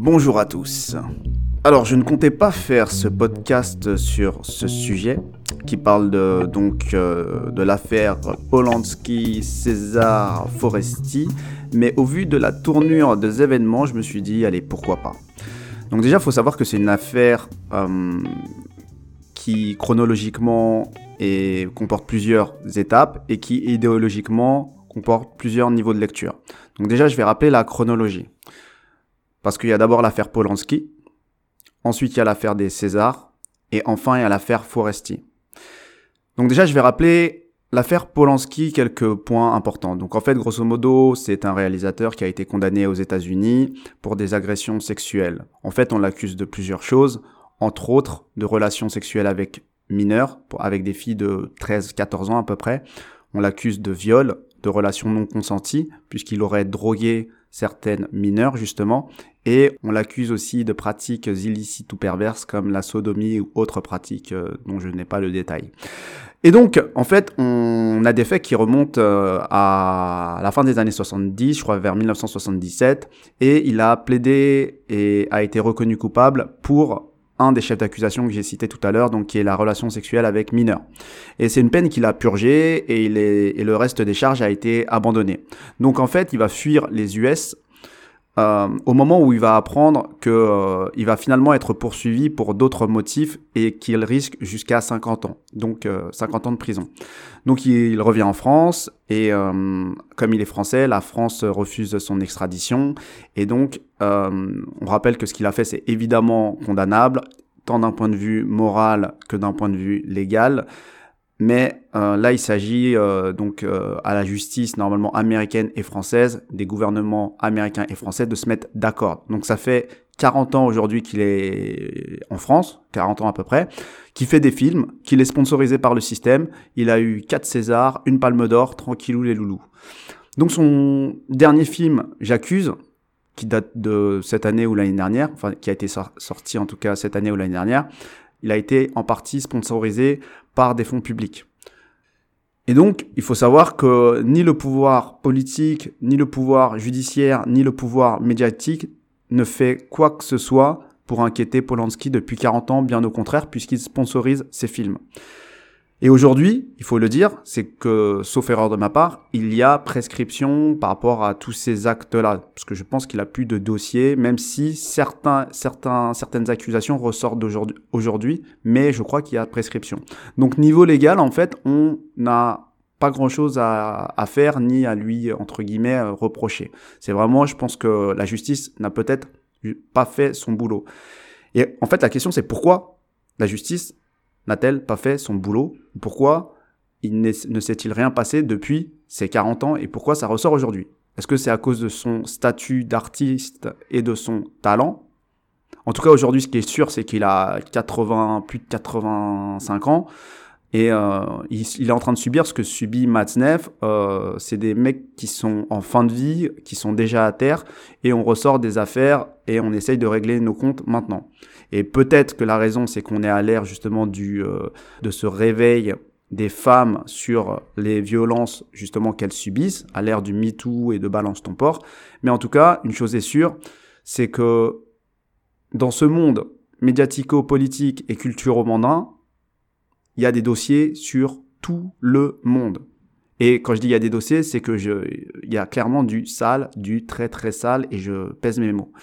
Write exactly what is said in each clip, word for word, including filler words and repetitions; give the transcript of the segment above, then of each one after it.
Bonjour à tous. Alors, je ne comptais pas faire ce podcast sur ce sujet qui parle de, donc euh, de l'affaire Polanski, César, Foresti, mais au vu de la tournure des événements, je me suis dit, allez, pourquoi pas. Donc déjà, il faut savoir que c'est une affaire euh, qui chronologiquement et comporte plusieurs étapes et qui idéologiquement comporte plusieurs niveaux de lecture. Donc déjà, je vais rappeler la chronologie. Parce qu'il y a d'abord l'affaire Polanski, ensuite il y a l'affaire des Césars, et enfin il y a l'affaire Foresti. Donc déjà, je vais rappeler l'affaire Polanski, quelques points importants. Donc en fait, grosso modo, c'est un réalisateur qui a été condamné aux États-Unis pour des agressions sexuelles. En fait, on l'accuse de plusieurs choses, entre autres de relations sexuelles avec mineurs, avec des filles de treize à quatorze ans à peu près. On l'accuse de viol, de relations non consenties, puisqu'il aurait drogué certaines mineures justement, et on l'accuse aussi de pratiques illicites ou perverses comme la sodomie ou autres pratiques euh, dont je n'ai pas le détail. Et donc, en fait, on a des faits qui remontent euh, à la fin des années soixante-dix, je crois vers mille neuf cent soixante-dix-sept, et il a plaidé et a été reconnu coupable pour un des chefs d'accusation que j'ai cité tout à l'heure, donc qui est la relation sexuelle avec mineurs. Et c'est une peine qu'il a purgée et, il est, et le reste des charges a été abandonné. Donc en fait, il va fuir les U S euh, au moment où il va apprendre que euh, il va finalement être poursuivi pour d'autres motifs et qu'il risque jusqu'à cinquante ans, donc euh, cinquante ans de prison. Donc il, il revient en France et euh, comme il est français, la France refuse son extradition et donc euh, on rappelle que ce qu'il a fait c'est évidemment condamnable, tant d'un point de vue moral que d'un point de vue légal. Mais euh, là, il s'agit euh, donc euh, à la justice normalement américaine et française, des gouvernements américains et français de se mettre d'accord. Donc ça fait quarante ans aujourd'hui qu'il est en France, quarante ans à peu près, qu'il fait des films, qu'il est sponsorisé par le système. Il a eu quatre Césars, une Palme d'Or, tranquillou les loulous. Donc son dernier film, J'accuse, qui date de cette année ou l'année dernière, enfin qui a été sorti en tout cas cette année ou l'année dernière, il a été en partie sponsorisé par des fonds publics. Et donc, il faut savoir que ni le pouvoir politique, ni le pouvoir judiciaire, ni le pouvoir médiatique ne fait quoi que ce soit pour inquiéter Polanski depuis quarante ans, bien au contraire, puisqu'il sponsorise ses films. Et aujourd'hui, il faut le dire, c'est que, sauf erreur de ma part, il y a prescription par rapport à tous ces actes-là. Parce que je pense qu'il a plus de dossier, même si certains, certains, certaines accusations ressortent d'aujourd'hui, aujourd'hui, mais je crois qu'il y a prescription. Donc, niveau légal, en fait, on n'a pas grand-chose à, à faire, ni à lui, entre guillemets, reprocher. C'est vraiment, je pense que la justice n'a peut-être pas fait son boulot. Et en fait, la question, c'est pourquoi la justice n'a-t-elle pas fait son boulot? Pourquoi il ne s'est-il rien passé depuis ces quarante ans et pourquoi ça ressort aujourd'hui? Est-ce que c'est à cause de son statut d'artiste et de son talent? En tout cas, aujourd'hui, ce qui est sûr, c'est qu'il a quatre-vingts, plus de quatre-vingt-cinq ans et euh, il, il est en train de subir ce que subit Matzneff. Euh, c'est des mecs qui sont en fin de vie, qui sont déjà à terre et on ressort des affaires et on essaye de régler nos comptes maintenant. Et peut-être que la raison, c'est qu'on est à l'ère justement du, euh, de ce réveil des femmes sur les violences justement qu'elles subissent, à l'ère du MeToo et de Balance ton porc. Mais en tout cas, une chose est sûre, c'est que dans ce monde médiatico-politique et culturo-mondain, il y a des dossiers sur tout le monde. Et quand je dis il y a des dossiers, c'est que je, il y a clairement du sale, du très très sale, et je pèse mes mots.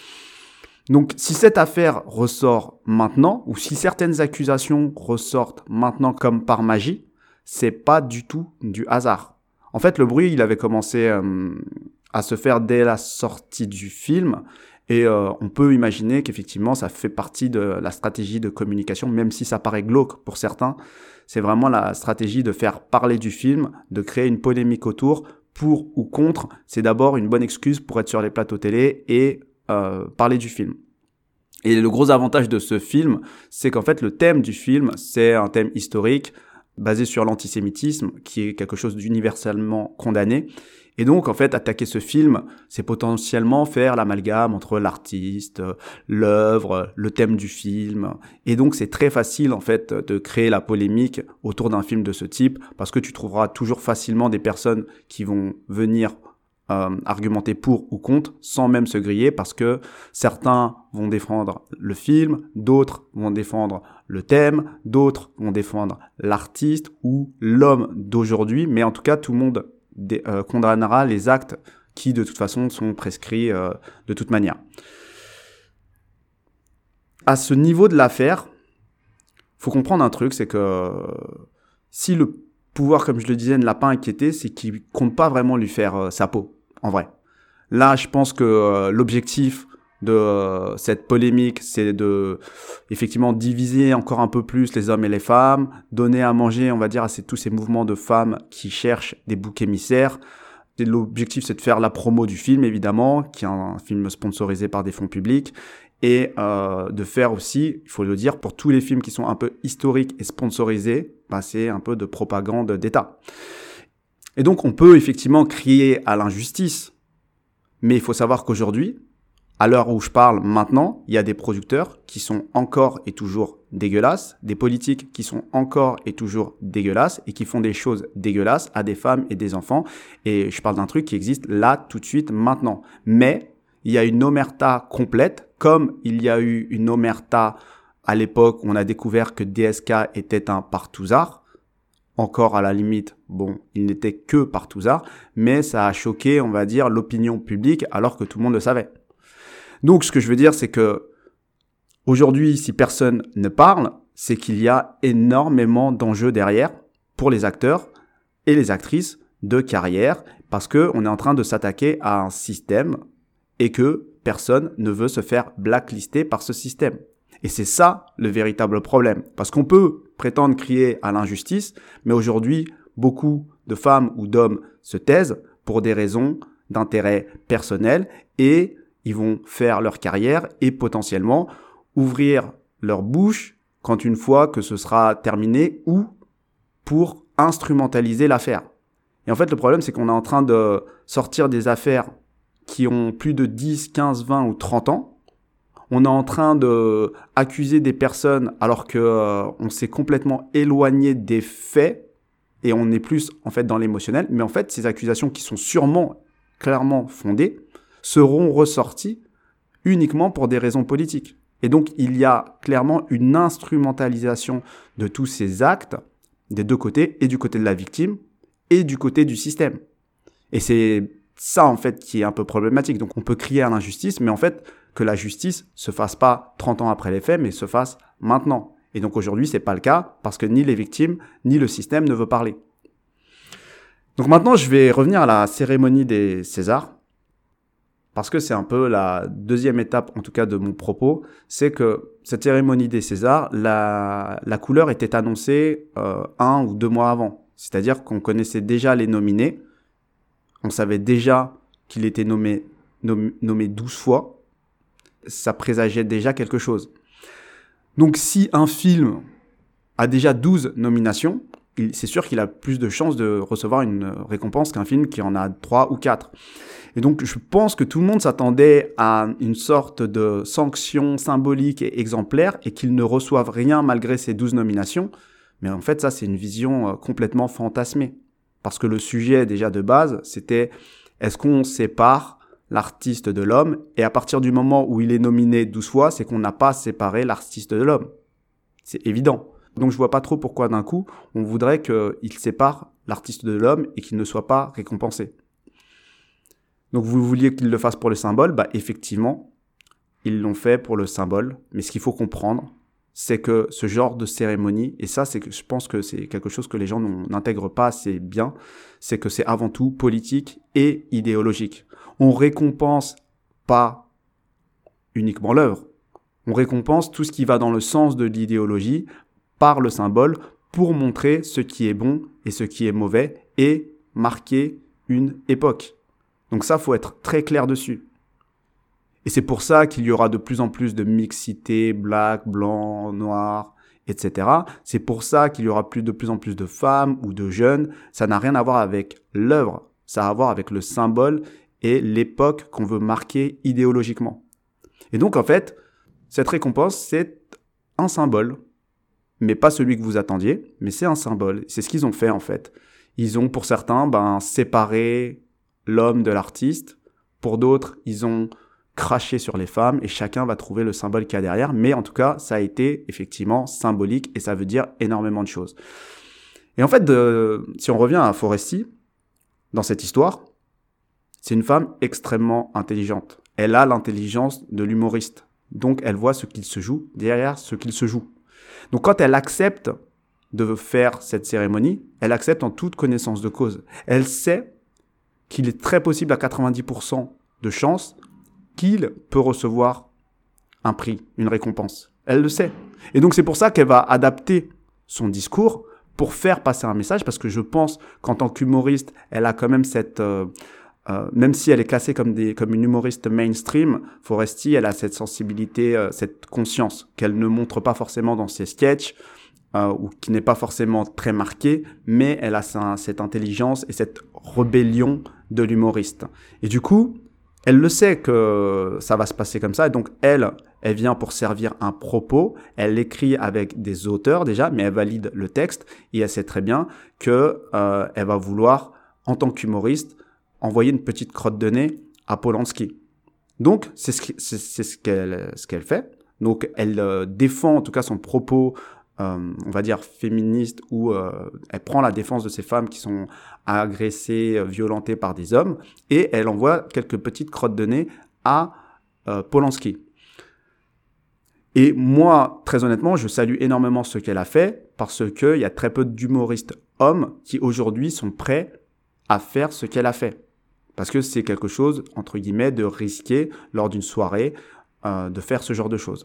Donc, si cette affaire ressort maintenant, ou si certaines accusations ressortent maintenant comme par magie, c'est pas du tout du hasard. En fait, le bruit, il avait commencé euh, à se faire dès la sortie du film, et euh, on peut imaginer qu'effectivement, ça fait partie de la stratégie de communication, même si ça paraît glauque pour certains. C'est vraiment la stratégie de faire parler du film, de créer une polémique autour, pour ou contre. C'est d'abord une bonne excuse pour être sur les plateaux télé et Euh, parler du film. Et le gros avantage de ce film, c'est qu'en fait le thème du film, c'est un thème historique basé sur l'antisémitisme, qui est quelque chose d'universellement condamné. Et donc en fait attaquer ce film, c'est potentiellement faire l'amalgame entre l'artiste, l'œuvre, le thème du film. Et donc c'est très facile en fait de créer la polémique autour d'un film de ce type, parce que tu trouveras toujours facilement des personnes qui vont venir euh, argumenter pour ou contre sans même se griller, parce que certains vont défendre le film, d'autres vont défendre le thème, d'autres vont défendre l'artiste ou l'homme d'aujourd'hui, mais en tout cas tout le monde dé- euh, condamnera les actes qui de toute façon sont prescrits euh, de toute manière. À ce niveau de l'affaire, faut comprendre un truc, c'est que si le pouvoir, comme je le disais, ne l'a pas inquiété, c'est qu'il compte pas vraiment lui faire euh, sa peau, en vrai. Là, je pense que euh, l'objectif de euh, cette polémique, c'est de effectivement diviser encore un peu plus les hommes et les femmes, donner à manger, on va dire, à ces, tous ces mouvements de femmes qui cherchent des boucs émissaires. Et l'objectif, c'est de faire la promo du film, évidemment, qui est un film sponsorisé par des fonds publics, et euh, de faire aussi, il faut le dire, pour tous les films qui sont un peu historiques et sponsorisés, bah, c'est un peu de propagande d'État. Et donc, on peut effectivement crier à l'injustice, mais il faut savoir qu'aujourd'hui, à l'heure où je parle maintenant, il y a des producteurs qui sont encore et toujours dégueulasses, des politiques qui sont encore et toujours dégueulasses et qui font des choses dégueulasses à des femmes et des enfants. Et je parle d'un truc qui existe là, tout de suite, maintenant. Mais il y a une omerta complète, comme il y a eu une omerta à l'époque où on a découvert que D S K était un partouzard. Encore à la limite, bon, il n'était que partouzard, mais ça a choqué, on va dire, l'opinion publique alors que tout le monde le savait. Donc, ce que je veux dire, c'est que aujourd'hui, si personne ne parle, c'est qu'il y a énormément d'enjeux derrière pour les acteurs et les actrices de carrière, parce que on est en train de s'attaquer à un système et que personne ne veut se faire blacklister par ce système. Et c'est ça le véritable problème, parce qu'on peut prétendre crier à l'injustice, mais aujourd'hui, beaucoup de femmes ou d'hommes se taisent pour des raisons d'intérêt personnel et ils vont faire leur carrière et potentiellement ouvrir leur bouche quand une fois que ce sera terminé ou pour instrumentaliser l'affaire. Et en fait, le problème, c'est qu'on est en train de sortir des affaires qui ont plus de dix, quinze, vingt ou trente ans. On est en train de accuser des personnes alors que euh, on s'est complètement éloigné des faits et on est plus en fait dans l'émotionnel. Mais en fait, ces accusations qui sont sûrement clairement fondées seront ressorties uniquement pour des raisons politiques. Et donc, il y a clairement une instrumentalisation de tous ces actes des deux côtés, et du côté de la victime et du côté du système. Et c'est ça, en fait, qui est un peu problématique. Donc, on peut crier à l'injustice, mais en fait, que la justice se fasse pas trente ans après les faits, mais se fasse maintenant. Et donc, aujourd'hui, c'est pas le cas, parce que ni les victimes, ni le système ne veut parler. Donc maintenant, je vais revenir à la cérémonie des Césars, parce que c'est un peu la deuxième étape, en tout cas de mon propos, c'est que cette cérémonie des Césars, la, la couleur était annoncée euh, un ou deux mois avant. C'est-à-dire qu'on connaissait déjà les nominés, on savait déjà qu'il était nommé, nommé, nommé douze fois, ça présageait déjà quelque chose. Donc si un film a déjà douze nominations, il, c'est sûr qu'il a plus de chances de recevoir une récompense qu'un film qui en a trois ou quatre. Et donc, je pense que tout le monde s'attendait à une sorte de sanction symbolique et exemplaire et qu'il ne reçoive rien malgré ces douze nominations. Mais en fait, ça, c'est une vision complètement fantasmée. Parce que le sujet, déjà de base, c'était est-ce qu'on sépare l'artiste de l'homme? Et à partir du moment où il est nominé douze fois, c'est qu'on n'a pas séparé l'artiste de l'homme. C'est évident. Donc, je vois pas trop pourquoi d'un coup, on voudrait qu'il sépare l'artiste de l'homme et qu'il ne soit pas récompensé. Donc vous vouliez qu'ils le fassent pour le symbole, bah effectivement, ils l'ont fait pour le symbole. Mais ce qu'il faut comprendre, c'est que ce genre de cérémonie, et ça, c'est que je pense que c'est quelque chose que les gens n'intègrent pas assez bien, c'est que c'est avant tout politique et idéologique. On récompense pas uniquement l'œuvre, on récompense tout ce qui va dans le sens de l'idéologie par le symbole pour montrer ce qui est bon et ce qui est mauvais et marquer une époque. Donc ça, faut être très clair dessus. Et c'est pour ça qu'il y aura de plus en plus de mixité, black, blanc, noir, et cetera. C'est pour ça qu'il y aura plus de plus en plus de femmes ou de jeunes. Ça n'a rien à voir avec l'œuvre. Ça a à voir avec le symbole et l'époque qu'on veut marquer idéologiquement. Et donc, en fait, cette récompense, c'est un symbole. Mais pas celui que vous attendiez, mais c'est un symbole. C'est ce qu'ils ont fait, en fait. Ils ont, pour certains, ben, séparé l'homme de l'artiste. Pour d'autres, ils ont craché sur les femmes et chacun va trouver le symbole qu'il y a derrière. Mais en tout cas, ça a été effectivement symbolique et ça veut dire énormément de choses. Et en fait, de, si on revient à Foresti, dans cette histoire, c'est une femme extrêmement intelligente. Elle a l'intelligence de l'humoriste. Donc, elle voit ce qu'il se joue derrière ce qu'il se joue. Donc, quand elle accepte de faire cette cérémonie, elle accepte en toute connaissance de cause. Elle sait qu'il est très possible à quatre-vingt-dix pour cent de chances qu'il peut recevoir un prix, une récompense. Elle le sait. Et donc, c'est pour ça qu'elle va adapter son discours pour faire passer un message, parce que je pense qu'en tant qu'humoriste, elle a quand même cette... Euh, euh, même si elle est classée comme, des, comme une humoriste mainstream, Foresti, elle a cette sensibilité, euh, cette conscience qu'elle ne montre pas forcément dans ses sketchs, euh, ou qui n'est pas forcément très marquée, mais elle a sa, cette intelligence et cette rébellion de l'humoriste. Et du coup, elle le sait que ça va se passer comme ça, et donc elle, elle vient pour servir un propos, elle l'écrit avec des auteurs déjà, mais elle valide le texte, et elle sait très bien que euh, elle va vouloir, en tant qu'humoriste, envoyer une petite crotte de nez à Polanski. Donc, c'est ce, qui, c'est, c'est ce qu'elle, ce qu'elle fait. Donc, elle euh, défend en tout cas son propos, euh, on va dire féministe, où euh, elle prend la défense de ces femmes qui sont agressées, violentées par des hommes, et elle envoie quelques petites crottes de nez à euh, Polanski. Et moi, très honnêtement, je salue énormément ce qu'elle a fait, parce qu'il y a très peu d'humoristes hommes qui aujourd'hui sont prêts à faire ce qu'elle a fait. Parce que c'est quelque chose, entre guillemets, de risqué lors d'une soirée, euh, de faire ce genre de choses.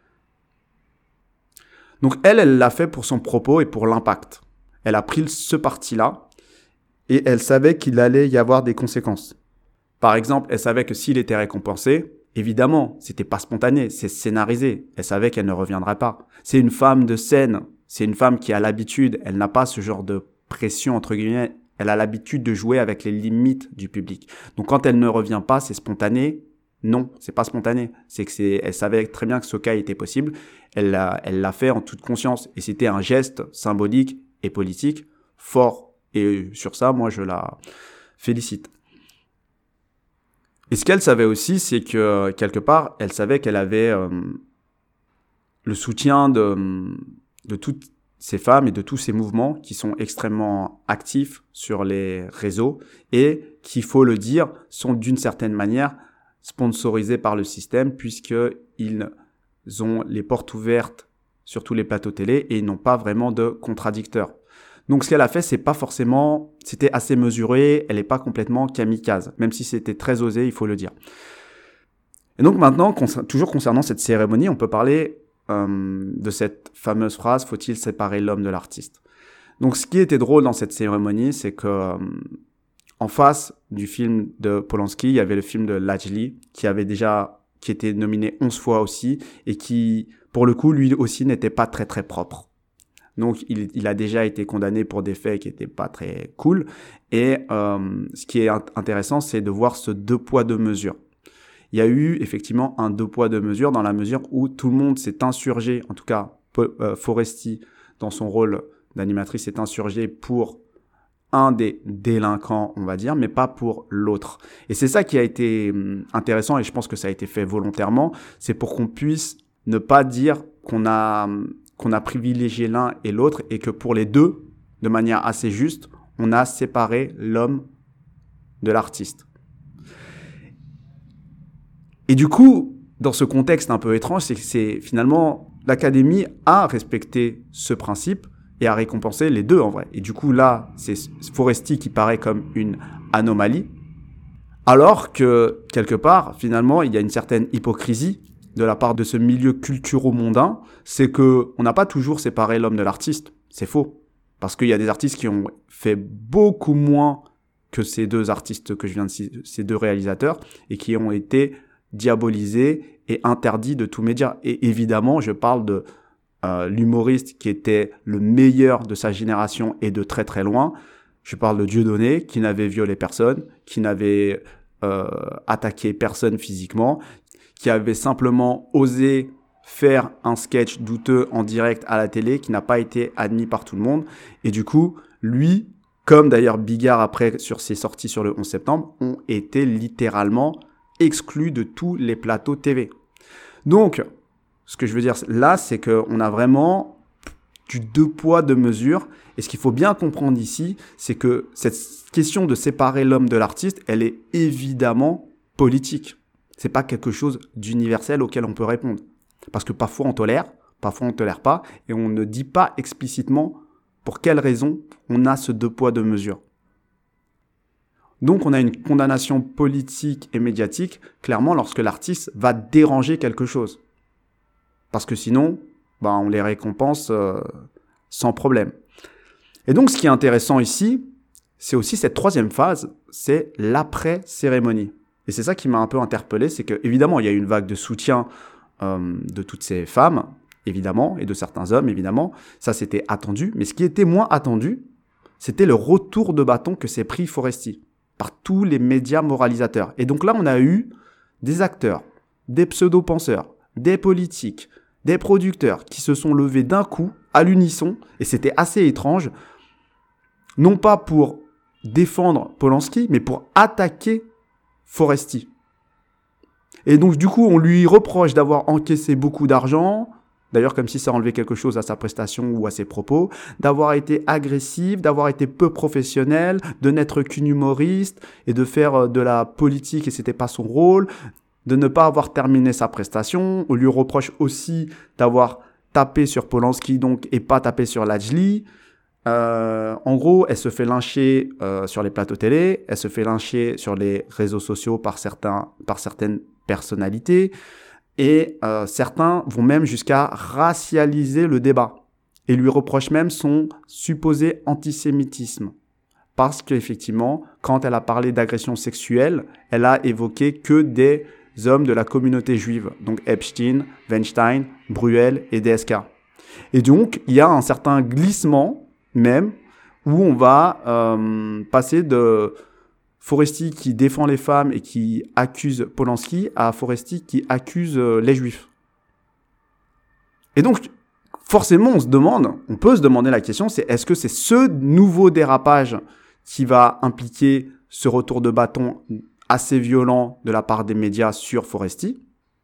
Donc elle, elle l'a fait pour son propos et pour l'impact. Elle a pris ce parti-là et elle savait qu'il allait y avoir des conséquences. Par exemple, elle savait que s'il était récompensé, évidemment, c'était pas spontané, c'est scénarisé. Elle savait qu'elle ne reviendrait pas. C'est une femme de scène, c'est une femme qui a l'habitude, elle n'a pas ce genre de pression, entre guillemets, elle a l'habitude de jouer avec les limites du public. Donc quand elle ne revient pas, c'est spontané. Non, c'est pas spontané. C'est que c'est, elle savait très bien que ce cas était possible. Elle l'a, elle l'a fait en toute conscience. Et c'était un geste symbolique et politique fort. Et sur ça, moi, je la félicite. Et ce qu'elle savait aussi, c'est que quelque part, elle savait qu'elle avait euh, le soutien de, de toutes ces femmes et de tous ces mouvements qui sont extrêmement actifs sur les réseaux et qui, il faut le dire, sont d'une certaine manière sponsorisés par le système puisqu'ils ont les portes ouvertes sur tous les plateaux télé et ils n'ont pas vraiment de contradicteurs. Donc ce qu'elle a fait, c'est pas forcément, c'était assez mesuré, elle n'est pas complètement kamikaze, même si c'était très osé, il faut le dire. Et donc maintenant, toujours concernant cette cérémonie, on peut parler Euh, de cette fameuse phrase « Faut-il séparer l'homme de l'artiste ?» Donc, ce qui était drôle dans cette cérémonie, c'est que euh, en face du film de Polanski, il y avait le film de Lajli, qui avait déjà, qui était nominé onze fois aussi, et qui, pour le coup, lui aussi n'était pas très très propre. Donc, il, il a déjà été condamné pour des faits qui n'étaient pas très cool. Et euh, ce qui est intéressant, c'est de voir ce deux poids deux mesures. Il y a eu effectivement un deux poids deux mesures dans la mesure où tout le monde s'est insurgé, en tout cas euh, Foresti dans son rôle d'animatrice s'est insurgé pour un des délinquants, on va dire, mais pas pour l'autre. Et c'est ça qui a été intéressant et je pense que ça a été fait volontairement, c'est pour qu'on puisse ne pas dire qu'on a, qu'on a privilégié l'un et l'autre et que pour les deux, de manière assez juste, on a séparé l'homme de l'artiste. Et du coup, dans ce contexte un peu étrange, c'est que c'est finalement l'Académie a respecté ce principe et a récompensé les deux en vrai. Et du coup là, c'est Foresti qui paraît comme une anomalie, alors que quelque part, finalement, il y a une certaine hypocrisie de la part de ce milieu culturo-mondain, c'est que on n'a pas toujours séparé l'homme de l'artiste. C'est faux, parce qu'il y a des artistes qui ont fait beaucoup moins que ces deux artistes que je viens de citer, ces deux réalisateurs, et qui ont été diabolisé et interdit de tous médias. Et évidemment, je parle de euh, l'humoriste qui était le meilleur de sa génération et de très très loin. Je parle de Dieudonné, qui n'avait violé personne, qui n'avait euh, attaqué personne physiquement, qui avait simplement osé faire un sketch douteux en direct à la télé, qui n'a pas été admis par tout le monde. Et du coup, lui, comme d'ailleurs Bigard après sur ses sorties sur le onze septembre, ont été littéralement exclus de tous les plateaux T V. Donc, ce que je veux dire là, c'est qu'on a vraiment du deux poids, deux mesures. Et ce qu'il faut bien comprendre ici, c'est que cette question de séparer l'homme de l'artiste, elle est évidemment politique. C'est pas quelque chose d'universel auquel on peut répondre. Parce que parfois on tolère, parfois on ne tolère pas, et on ne dit pas explicitement pour quelles raisons on a ce deux poids, deux mesures. Donc on a une condamnation politique et médiatique, clairement, lorsque l'artiste va déranger quelque chose. Parce que sinon, bah, on les récompense euh, sans problème. Et donc ce qui est intéressant ici, c'est aussi cette troisième phase, c'est l'après-cérémonie. Et c'est ça qui m'a un peu interpellé, c'est que évidemment il y a eu une vague de soutien euh, de toutes ces femmes, évidemment, et de certains hommes, évidemment. Ça, c'était attendu. Mais ce qui était moins attendu, c'était le retour de bâton que s'est pris Foresti par tous les médias moralisateurs. Et donc là, on a eu des acteurs, des pseudo-penseurs, des politiques, des producteurs qui se sont levés d'un coup, à l'unisson, et c'était assez étrange, non pas pour défendre Polanski, mais pour attaquer Foresti. Et donc, du coup, on lui reproche d'avoir encaissé beaucoup d'argent, d'ailleurs comme si ça enlevait quelque chose à sa prestation ou à ses propos, d'avoir été agressif, d'avoir été peu professionnel, de n'être qu'une humoriste et de faire de la politique et c'était pas son rôle, de ne pas avoir terminé sa prestation. On lui reproche aussi d'avoir tapé sur Polanski donc et pas tapé sur Lajli. Euh, en gros, elle se fait lyncher euh, sur les plateaux télé, elle se fait lyncher sur les réseaux sociaux par certains, par certaines personnalités. Et euh, certains vont même jusqu'à racialiser le débat et lui reprochent même son supposé antisémitisme. Parce qu'effectivement, quand elle a parlé d'agression sexuelle, elle a évoqué que des hommes de la communauté juive, donc Epstein, Weinstein, Bruel et D S K. Et donc, il y a un certain glissement même où on va euh, passer de Foresti qui défend les femmes et qui accuse Polanski à Foresti qui accuse euh, les juifs. Et donc, forcément, on se demande, on peut se demander la question, c'est est-ce que c'est ce nouveau dérapage qui va impliquer ce retour de bâton assez violent de la part des médias sur Foresti?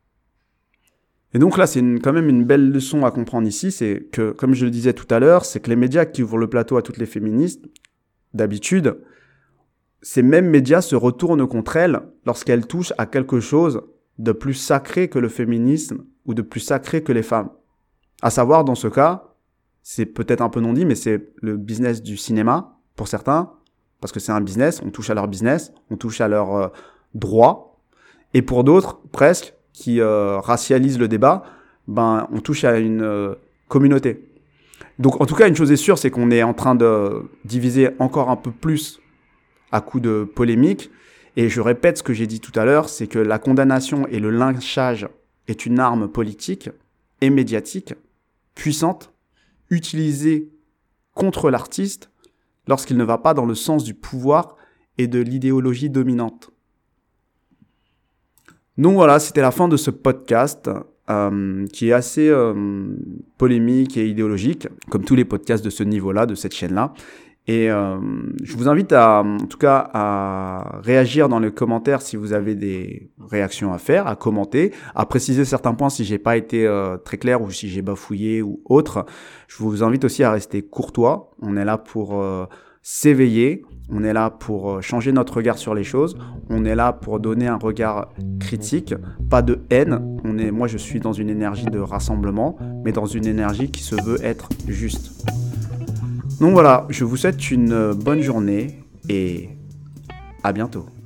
Et donc là, c'est une, quand même une belle leçon à comprendre ici, c'est que, comme je le disais tout à l'heure, c'est que les médias qui ouvrent le plateau à toutes les féministes, d'habitude, ces mêmes médias se retournent contre elles lorsqu'elles touchent à quelque chose de plus sacré que le féminisme ou de plus sacré que les femmes. À savoir, dans ce cas, c'est peut-être un peu non dit, mais c'est le business du cinéma, pour certains, parce que c'est un business, on touche à leur business, on touche à leurs euh, droits, et pour d'autres, presque, qui euh, racialisent le débat, ben, on touche à une euh, communauté. Donc, en tout cas, une chose est sûre, c'est qu'on est en train de diviser encore un peu plus à coup de polémique. Et je répète ce que j'ai dit tout à l'heure, c'est que la condamnation et le lynchage est une arme politique et médiatique puissante, utilisée contre l'artiste lorsqu'il ne va pas dans le sens du pouvoir et de l'idéologie dominante. Donc voilà, c'était la fin de ce podcast euh, qui est assez euh, polémique et idéologique, comme tous les podcasts de ce niveau-là, de cette chaîne-là. Et euh, je vous invite à, en tout cas, à réagir dans les commentaires si vous avez des réactions à faire, à commenter, à préciser certains points si j'ai pas été euh, très clair ou si j'ai bafouillé ou autre. Je vous invite aussi à rester courtois. On est là pour euh, s'éveiller. On est là pour euh, changer notre regard sur les choses. On est là pour donner un regard critique, pas de haine. On est, moi, je suis dans une énergie de rassemblement, mais dans une énergie qui se veut être juste. Donc voilà, je vous souhaite une bonne journée et à bientôt.